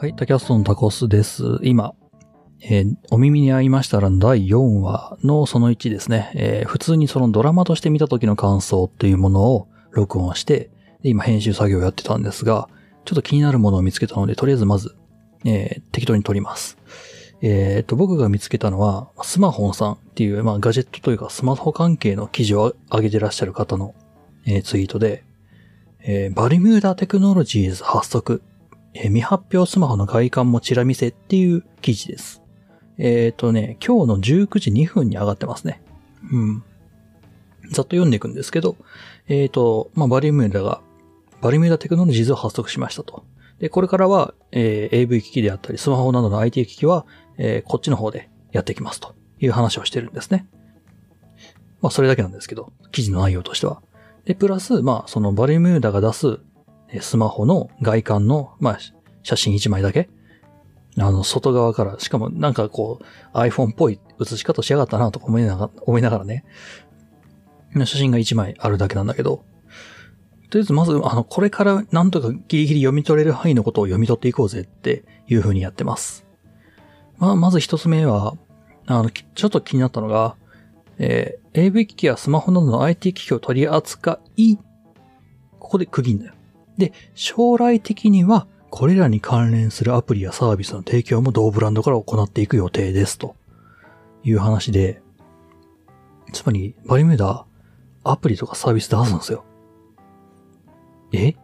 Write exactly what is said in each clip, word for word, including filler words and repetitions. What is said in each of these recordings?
はい、タキャストのタコスです。今、えー、お耳に合いましたらだいよんわのそのいちですね、えー、普通にそのドラマとして見た時の感想っていうものを録音して、で今編集作業をやってたんですが、ちょっと気になるものを見つけたので、とりあえずまず、えー、適当に撮ります。えーと、僕が見つけたのは、スマホンさんっていう、まあガジェットというかスマホ関係の記事を上げてらっしゃる方の、えー、ツイートで、えー、バルミューダテクノロジーズ発足、えー、未発表スマホの外観もチラ見せっていう記事です。えっとね、今日のじゅうくじにふんに上がってますね。うん。ざっと読んでいくんですけど、えっと、まあ、バルミューダが、バルミューダテクノロジーズを発足しましたと。で、これからは、えー、エーブイ 機器であったり、スマホなどの アイティー 機器は、えー、こっちの方でやっていきますという話をしてるんですね。まあ、それだけなんですけど、記事の内容としては。で、プラス、まあ、そのバルミューダが出す、スマホの外観の、まあ、写真いちまいだけ。あの、外側から、しかもなんかこう、iPhone っぽい写し方しやがったなとか思いながら、思いながらね。写真がいちまいあるだけなんだけど。とりあえずまず、あの、これからなんとかギリギリ読み取れる範囲のことを読み取っていこうぜっていう風にやってます。まあ、まず一つ目は、あの、ちょっと気になったのが、えー、エーブイ 機器やスマホなどの アイティー 機器を取り扱い、ここで区切んだよ。で、将来的には、これらに関連するアプリやサービスの提供も同ブランドから行っていく予定ですという話で、つまりバルミューダアプリとかサービス出すんですよ。え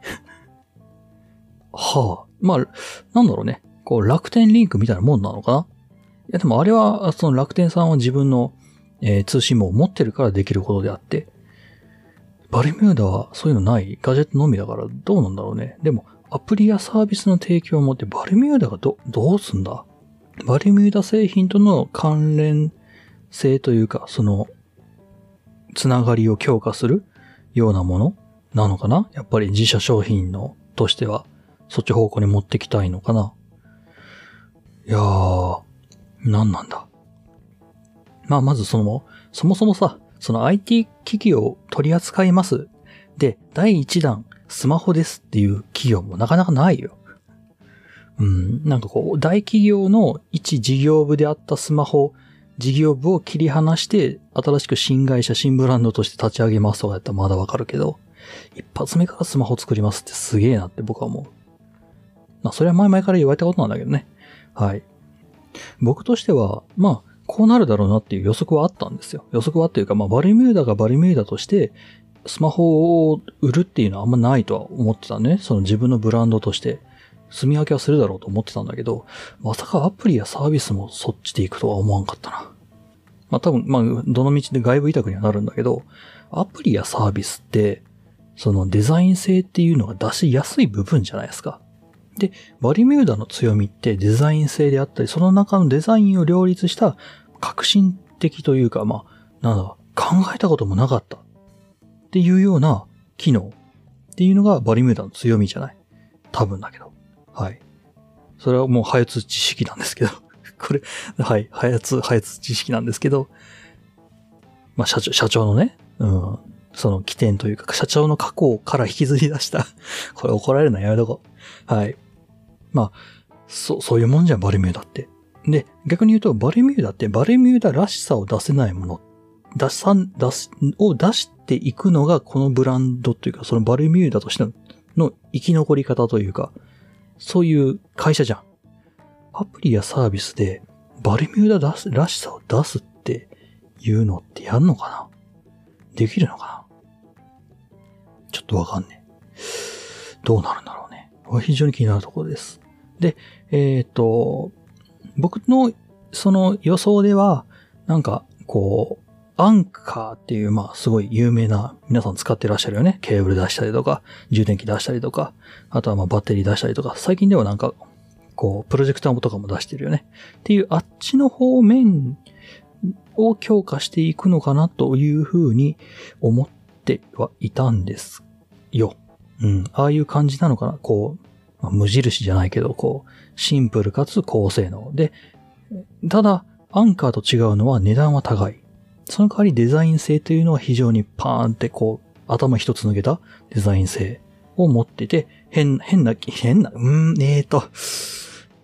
はあ。まあ、なんだろうね。こう楽天リンクみたいなもんなのかな。いやでもあれはその楽天さんは自分の、えー、通信網を持ってるからできることであって、バルミューダはそういうのないガジェットのみだからどうなんだろうね。でもアプリやサービスの提供をもってバルミューダがど、どうすんだ？バルミューダ製品との関連性というか、その、つながりを強化するようなものなのかな？やっぱり自社商品のとしては、そっち方向に持ってきたいのかな？いやー、なんなんだ。まあ、まずその、そもそもさ、その アイティー 機器を取り扱います。で、だいいちだん、スマホですっていう企業もなかなかないよ。うん、なんかこう、大企業の一事業部であったスマホ事業部を切り離して、新しく新会社、新ブランドとして立ち上げますとかやったらまだわかるけど、一発目からスマホ作りますってすげえなって僕は思う。まあ、それは前々から言われたことなんだけどね。はい。僕としては、まあ、こうなるだろうなっていう予測はあったんですよ。予測はっていうか、まあ、バルミューダがバルミューダとして、スマホを売るっていうのはあんまないとは思ってたね。その自分のブランドとして、住み分けはするだろうと思ってたんだけど、まさかアプリやサービスもそっちで行くとは思わんかったな。まあ多分、まあ、どの道で外部委託にはなるんだけど、アプリやサービスって、そのデザイン性っていうのが出しやすい部分じゃないですか。で、バルミューダの強みってデザイン性であったり、その中のデザインを両立した革新的というか、まあ、なんだ、考えたこともなかったっていうような機能っていうのがバルミューダの強みじゃない。多分だけど。はい。それはもう、ハヤツ知識なんですけど。これ、はい。ハヤツ、ハヤツ知識なんですけど。まあ、社長、社長のね、うん。その起点というか、社長の過去から引きずり出した。これ怒られるのやめとこう。はい。まあ、そ、そういうもんじゃん、バルミューダって。で、逆に言うと、バルミューダって、バルミューダらしさを出せないもの、出さん、出す、を出していくのが、このブランドというか、そのバルミューダとしての、の生き残り方というか、そういう会社じゃん。アプリやサービスでバルミューダ出すらしさを出すっていうのってやんのかな？できるのかな？ちょっとわかんねえ。どうなるんだろうね。これ非常に気になるところです。で、えっと、僕のその予想では、なんかこう、アンカーっていう、まあ、すごい有名な、皆さん使ってらっしゃるよね。ケーブル出したりとか、充電器出したりとか、あとはまあバッテリー出したりとか、最近ではなんか、こう、プロジェクターとかも出してるよね。っていう、あっちの方面を強化していくのかなというふうに思ってはいたんですよ。うん。ああいう感じなのかな。こう、まあ、無印じゃないけど、こう、シンプルかつ高性能。で、ただ、アンカーと違うのは値段は高い。その代わりデザイン性というのは非常にパーンってこう、頭一つ抜けたデザイン性を持ってて、変、変な、変な、うーん、えーと、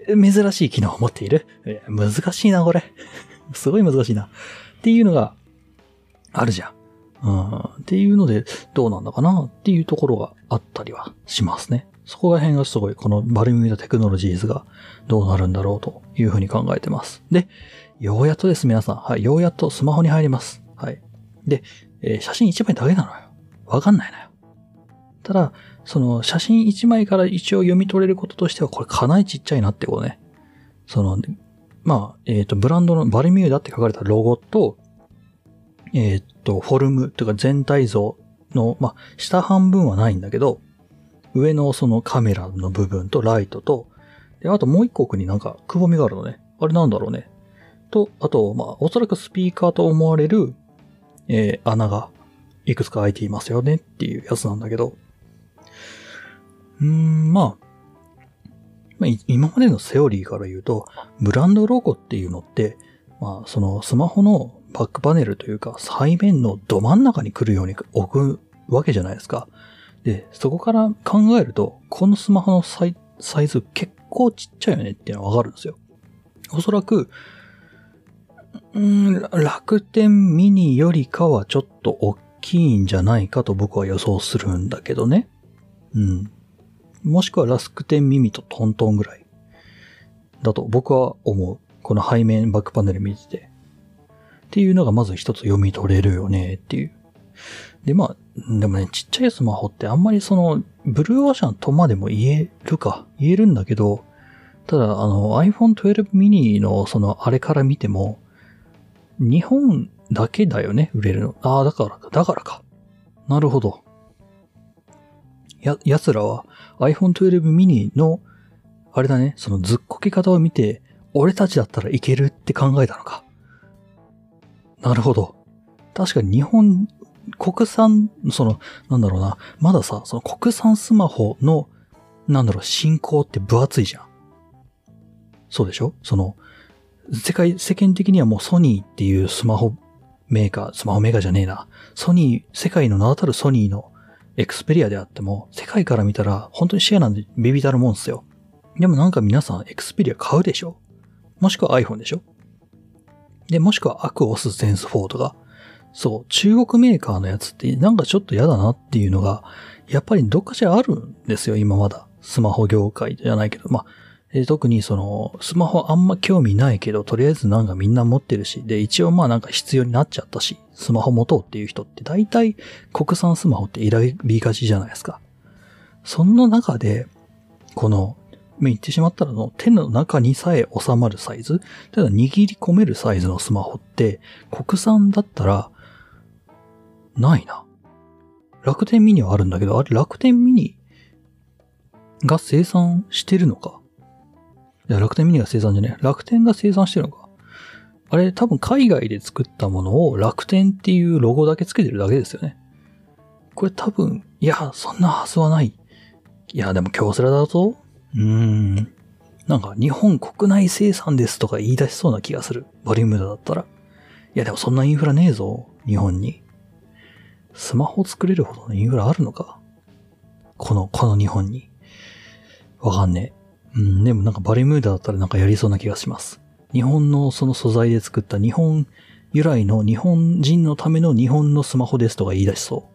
珍しい機能を持っている。難しいな、これ。すごい難しいな。っていうのがあるじゃん。うん。っていうので、どうなんだかなっていうところがあったりはしますね。そこら辺がすごい、このバルミューダテクノロジーズがどうなるんだろうというふうに考えてます。で、ようやっとです、皆さん。はい、ようやっとスマホに入ります。はい。で、えー、写真いちまいだけなのよ。わかんないのよ。ただ、その写真いちまいから一応読み取れることとしては、これかなりちっちゃいなってことね。その、まあ、えっと、ブランドのバルミューダって書かれたロゴと、えっと、フォルムというか全体像の、まあ、下半分はないんだけど、上のそのカメラの部分とライトと、で、あともう一個奥になんかくぼみがあるのね。あれなんだろうね。と、あと、まあ、おそらくスピーカーと思われる、えー、穴がいくつか開いていますよねっていうやつなんだけど、うーん、まあ、まあ、今までのセオリーから言うと、ブランドロゴっていうのって、まあ、そのスマホのバックパネルというか、背面のど真ん中に来るように置くわけじゃないですか。で、そこから考えると、このスマホのサイ、サイズ結構ちっちゃいよねっていうのはわかるんですよ。おそらく、うーん、楽天ミニよりかはちょっと大きいんじゃないかと僕は予想するんだけどね。うん。もしくは楽天ミニとトントンぐらいだと僕は思う。この背面バックパネル見てて。っていうのがまず一つ読み取れるよねっていう。で、まあ、でもね、ちっちゃいスマホってあんまりその、ブルーオーシャンとまでも言えるか。言えるんだけど、ただあの iPhone じゅうに mini のそのあれから見ても、日本だけだよね、売れるの。ああ、だからか、だからか。なるほど。や、奴らは iPhone じゅうに mini の、あれだね、そのずっこけ方を見て、俺たちだったらいけるって考えたのか。なるほど。確かに日本、国産、その、なんだろうな、まださ、その国産スマホの、なんだろう、進行って分厚いじゃん。そうでしょ？その、世界、世間的にはもうソニーっていうスマホメーカー、スマホメーカーじゃねえな。ソニー、世界の名だたるソニーのエクスペリアであっても、世界から見たら本当にシェアなんでビビたるもんですよ。でもなんか皆さんエクスペリア買うでしょ？もしくは iPhone でしょ？で、もしくはアクオスセンスフォーとか、そう、中国メーカーのやつってなんかちょっと嫌だなっていうのが、やっぱりどっかしらあるんですよ、今まだ。スマホ業界じゃないけど、まあ、えー、特にその、スマホあんま興味ないけど、とりあえずなんかみんな持ってるし、で、一応まあなんか必要になっちゃったし、スマホ持とうっていう人って大体国産スマホって選びがちじゃないですか。その中で、この、言ってしまったらの手の中にさえ収まるサイズ、ただ握り込めるサイズのスマホって国産だったらないな。楽天ミニはあるんだけど、あれ楽天ミニが生産してるのか？いや、楽天ミニが生産じゃねえ。楽天が生産してるのか？あれ多分海外で作ったものを楽天っていうロゴだけつけてるだけですよね。これ多分、いや、そんなはずはない。いや、でも京セラだぞ。うーん。なんか日本国内生産ですとか言い出しそうな気がする。バリュームだったら。いやでもそんなインフラねえぞ。日本に。スマホ作れるほどのインフラあるのか？この、この日本に。わかんねえ。うん、でもなんかバリュームだったらなんかやりそうな気がします。日本のその素材で作った日本由来の日本人のための日本のスマホですとか言い出しそう。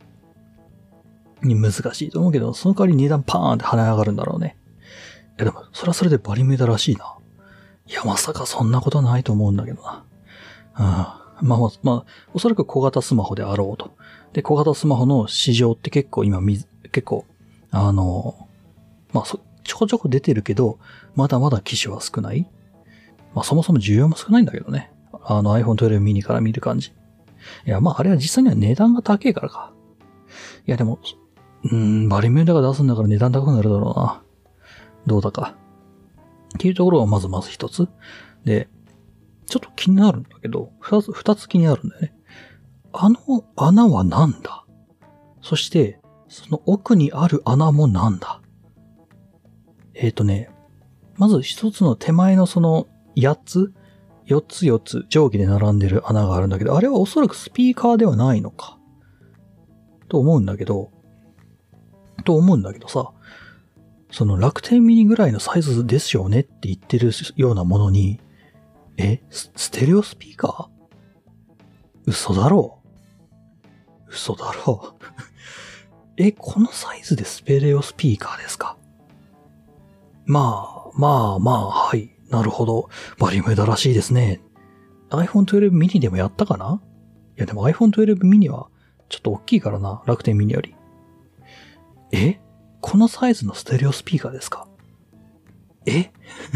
難しいと思うけど、その代わり値段パーンって跳ね上がるんだろうね。いやでも、それはそれでバリメダらしいな。いや、まさかそんなことないと思うんだけどな。うん。まあまあ、まあ、おそらく小型スマホであろうと。で、小型スマホの市場って結構今、結構、あの、まあそ、ちょこちょこ出てるけど、まだまだ機種は少ない。まあそもそも需要も少ないんだけどね。あの iPhone じゅうに mini から見る感じ。いや、まああれは実際には値段が高いからか。いやでも、うーん、バリメダが出すんだから値段高くなるだろうな。どうだか。っていうところがまずまず一つ。で、ちょっと気になるんだけど、二つ、二つ気になるんだよね。あの穴はなんだ？そして、その奥にある穴もなんだ？えっとね、まず一つの手前のその八つ、四つ四つ上下で並んでる穴があるんだけど、あれはおそらくスピーカーではないのか。と思うんだけど、と思うんだけどさ、 その楽天ミニぐらいのサイズですよねって言ってるようなものに、え、ス、ステレオスピーカー？嘘だろう。嘘だろう。え、このサイズでステレオスピーカーですか？まあ、まあまあ、はい。なるほど。バリュームだらしいですね。iPhone じゅうに mini でもやったかな？いやでも iPhone じゅうに mini はちょっと大きいからな。楽天ミニより。え？このサイズのステレオスピーカーですか？え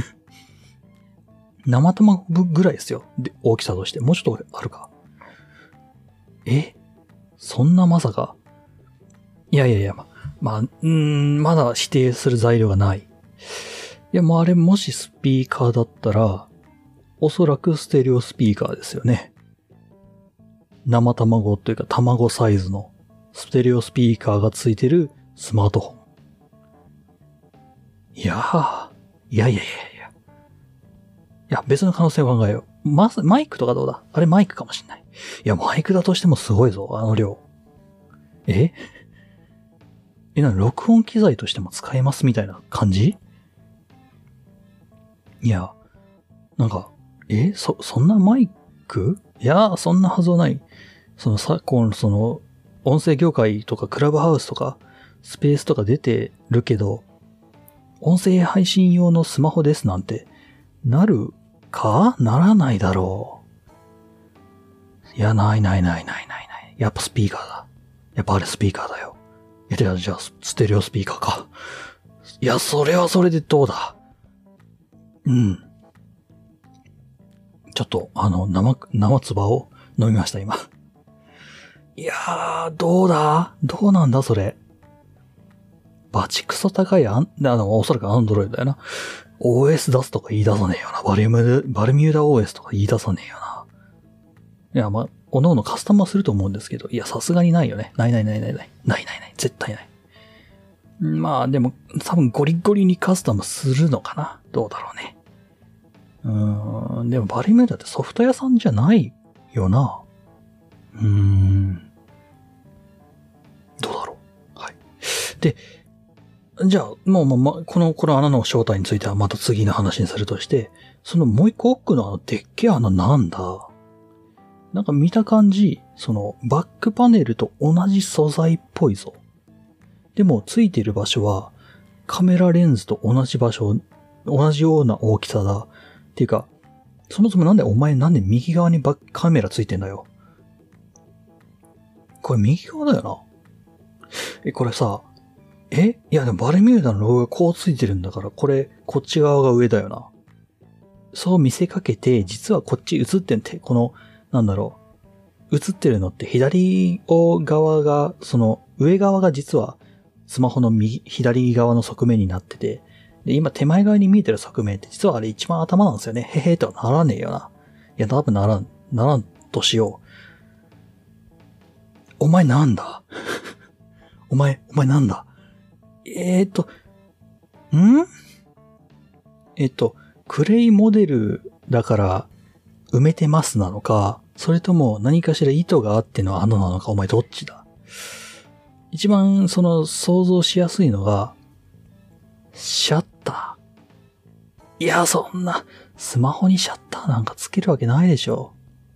生卵ぐらいですよ。で、大きさとして。もうちょっとあるか。えそんなまさか。いやいやいや、ま、まあ、うーん、まだ否定する材料がない。いや、もうあれもしスピーカーだったら、おそらくステレオスピーカーですよね。生卵というか卵サイズのステレオスピーカーがついてるスマートフォン。いやー、いやいやいやいや。いや、別の可能性を考えよう。ま、マイクとかどうだ？あれマイクかもしんない。いや、マイクだとしてもすごいぞ、あの量。ええ、な、録音機材としても使えますみたいな感じ？いや、なんか、えそ、そんなマイク？いや、そんなはずはない。その昨今、その、音声業界とかクラブハウスとか、スペースとか出てるけど、音声配信用のスマホですなんて、なるか？ならないだろう。いや、ないないないないないない。やっぱスピーカーだ。やっぱあれスピーカーだよ。いや、じゃあ、じゃあ、ステレオスピーカーか。いや、それはそれでどうだ。うん。ちょっと、あの、生、生唾を飲みました、今。いやー、どうだ？どうなんだ、それ。バチクソ高いアン、あの、おそらくアンドロイドだよな。オーエス 出すとか言い出さねえよな。バリューム、バルミューダ オーエス とか言い出さねえよな。いや、まあ、おのおのカスタムはすると思うんですけど、いや、さすがにないよね。ないないないないない。ないないない。絶対ない。まあ、でも、多分ゴリゴリにカスタムするのかな。どうだろうね。うーん、でもバリュームだってソフト屋さんじゃないよな。うーん。どうだろう。はい。で、じゃあ、もう、ま、ま、この、この穴の正体についてはまた次の話にするとして、そのもう一個奥のあのでっけえ穴なんだ？なんか見た感じ、そのバックパネルと同じ素材っぽいぞ。でもついてる場所はカメラレンズと同じ場所、同じような大きさだ。っていうか、そもそもなんでお前なんで右側にバックカメラついてんだよ。これ右側だよな。え、これさ、えいやでもバルミューダのロゴがこうついてるんだから、これ、こっち側が上だよな。そう見せかけて、実はこっち映ってんて、この、なんだろう。映ってるのって左側が、その上側が実はスマホの右、左側の側面になってて、で、今手前側に見えてる側面って実はあれ一番頭なんですよね。へへーとはならねえよな。いや、多分ならん、ならんとしよう。お前なんだお前、お前なんだえーと、んえっと、クレイモデルだから埋めてますなのか、それとも何かしら意図があっての穴なのか、お前どっちだ？一番その想像しやすいのが、シャッター。いや、そんな、スマホにシャッターなんかつけるわけないでしょ。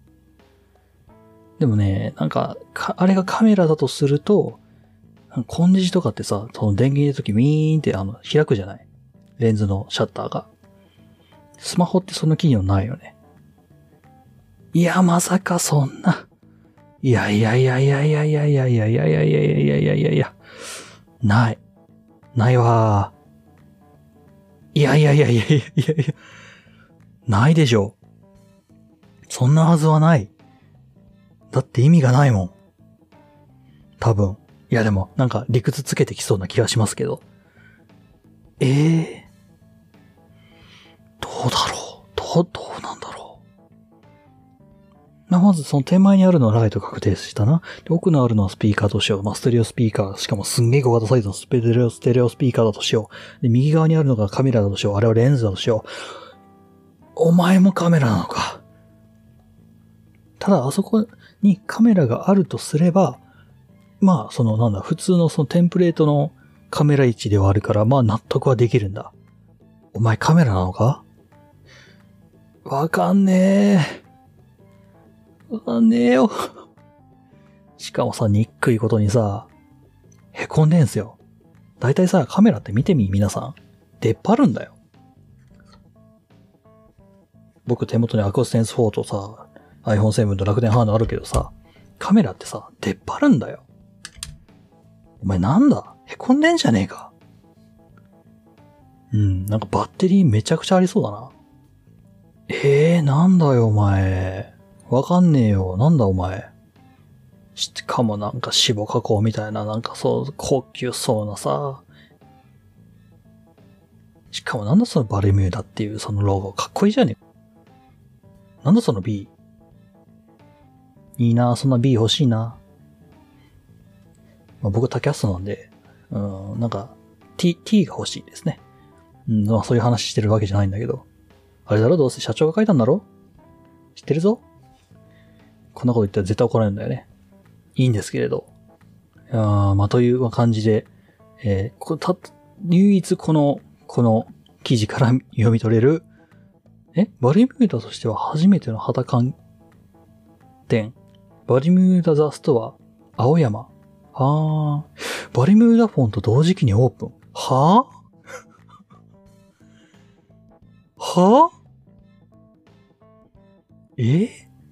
でもね、なんか、かあれがカメラだとすると、コンデジとかってさ、その電源入れるときウィーンってあの、開くじゃない？レンズのシャッターが。スマホってその機能ないよね。いや、まさかそんな。いやいやいやいやいやいやいやいやいやいやいやいやいやいやいやいや。ない。ないわー。いやいやいやいやいやいやいや。ないでしょ。そんなはずはない。だって意味がないもん。多分。いやでも、なんか理屈つけてきそうな気がしますけど。ええー、どうだろうどう、どうなんだろうまあ、まずその手前にあるのはライト確定したな。で、奥のあるのはスピーカーとしよう。まあ、ステレオスピーカー。しかもすんげえ小型サイズのステレオ、ステレオスピーカーだとしよう。で、右側にあるのがカメラだとしよう。あれはレンズだとしよう。お前もカメラなのか。ただ、あそこにカメラがあるとすれば、まあ、その、なんだ、普通のそのテンプレートのカメラ位置ではあるから、まあ納得はできるんだ。お前カメラなのか？わかんねえ。わかんねえよ。しかもさ、にっくいことにさ、へこんでんすよ。だいたいさ、カメラって見てみ、皆さん。出っ張るんだよ。僕手元にアクステンスフォーとさ、アイフォンセブン と楽天ハードあるけどさ、カメラってさ、出っ張るんだよ。お前なんだ？へこんでんじゃねえか。うん、なんかバッテリーめちゃくちゃありそうだな。えー、なんだよお前。わかんねえよ。なんだお前。しかもなんか死母加工みたいな、なんかそう、高級そうなさ。しかもなんだそのバルミューダっていうそのロゴ。かっこいいじゃねえ。なんだその B。いいな、そんな B 欲しいな。まあ、僕タキャストなんで、うん、なんか T、T が欲しいですね。うん、まあそういう話してるわけじゃないんだけど。あれだろ、どうせ社長が書いたんだろ？知ってるぞ？こんなこと言ったら絶対怒られるんだよね。いいんですけれど。いやー、まあという感じで、えー、こた、唯一この、この記事から読み取れる、えバルミューダとしては初めての肌感店。バルミューダザストア、青山。はー。バルミューダフォンと同時期にオープン。はぁはぁえ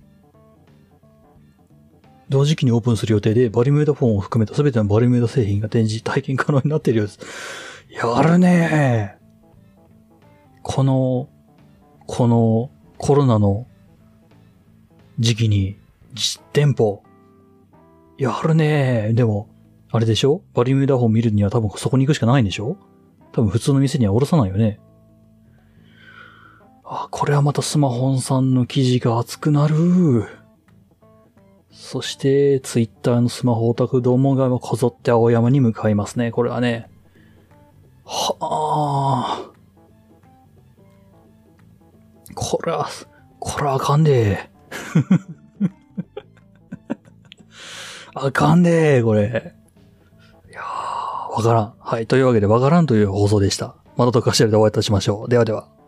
同時期にオープンする予定で、バルミューダフォンを含めた全てのバルミューダ製品が展示、体験可能になっているようです。やるねー。この、このコロナの時期に実店舗。やるねー。でも、あれでしょ？バルミューダフォン見るには多分そこに行くしかないんでしょ？多分普通の店にはおろさないよね。あ、これはまたスマホンさんの記事が熱くなる。そして、ツイッターのスマホオタクどもがこぞって青山に向かいますね。これはね。はあ。これは、これはあかんで。あかんで、これ。いやー、わからん。はい。というわけで、わからんという放送でした。またとかしらでお会いいたしましょう。ではでは。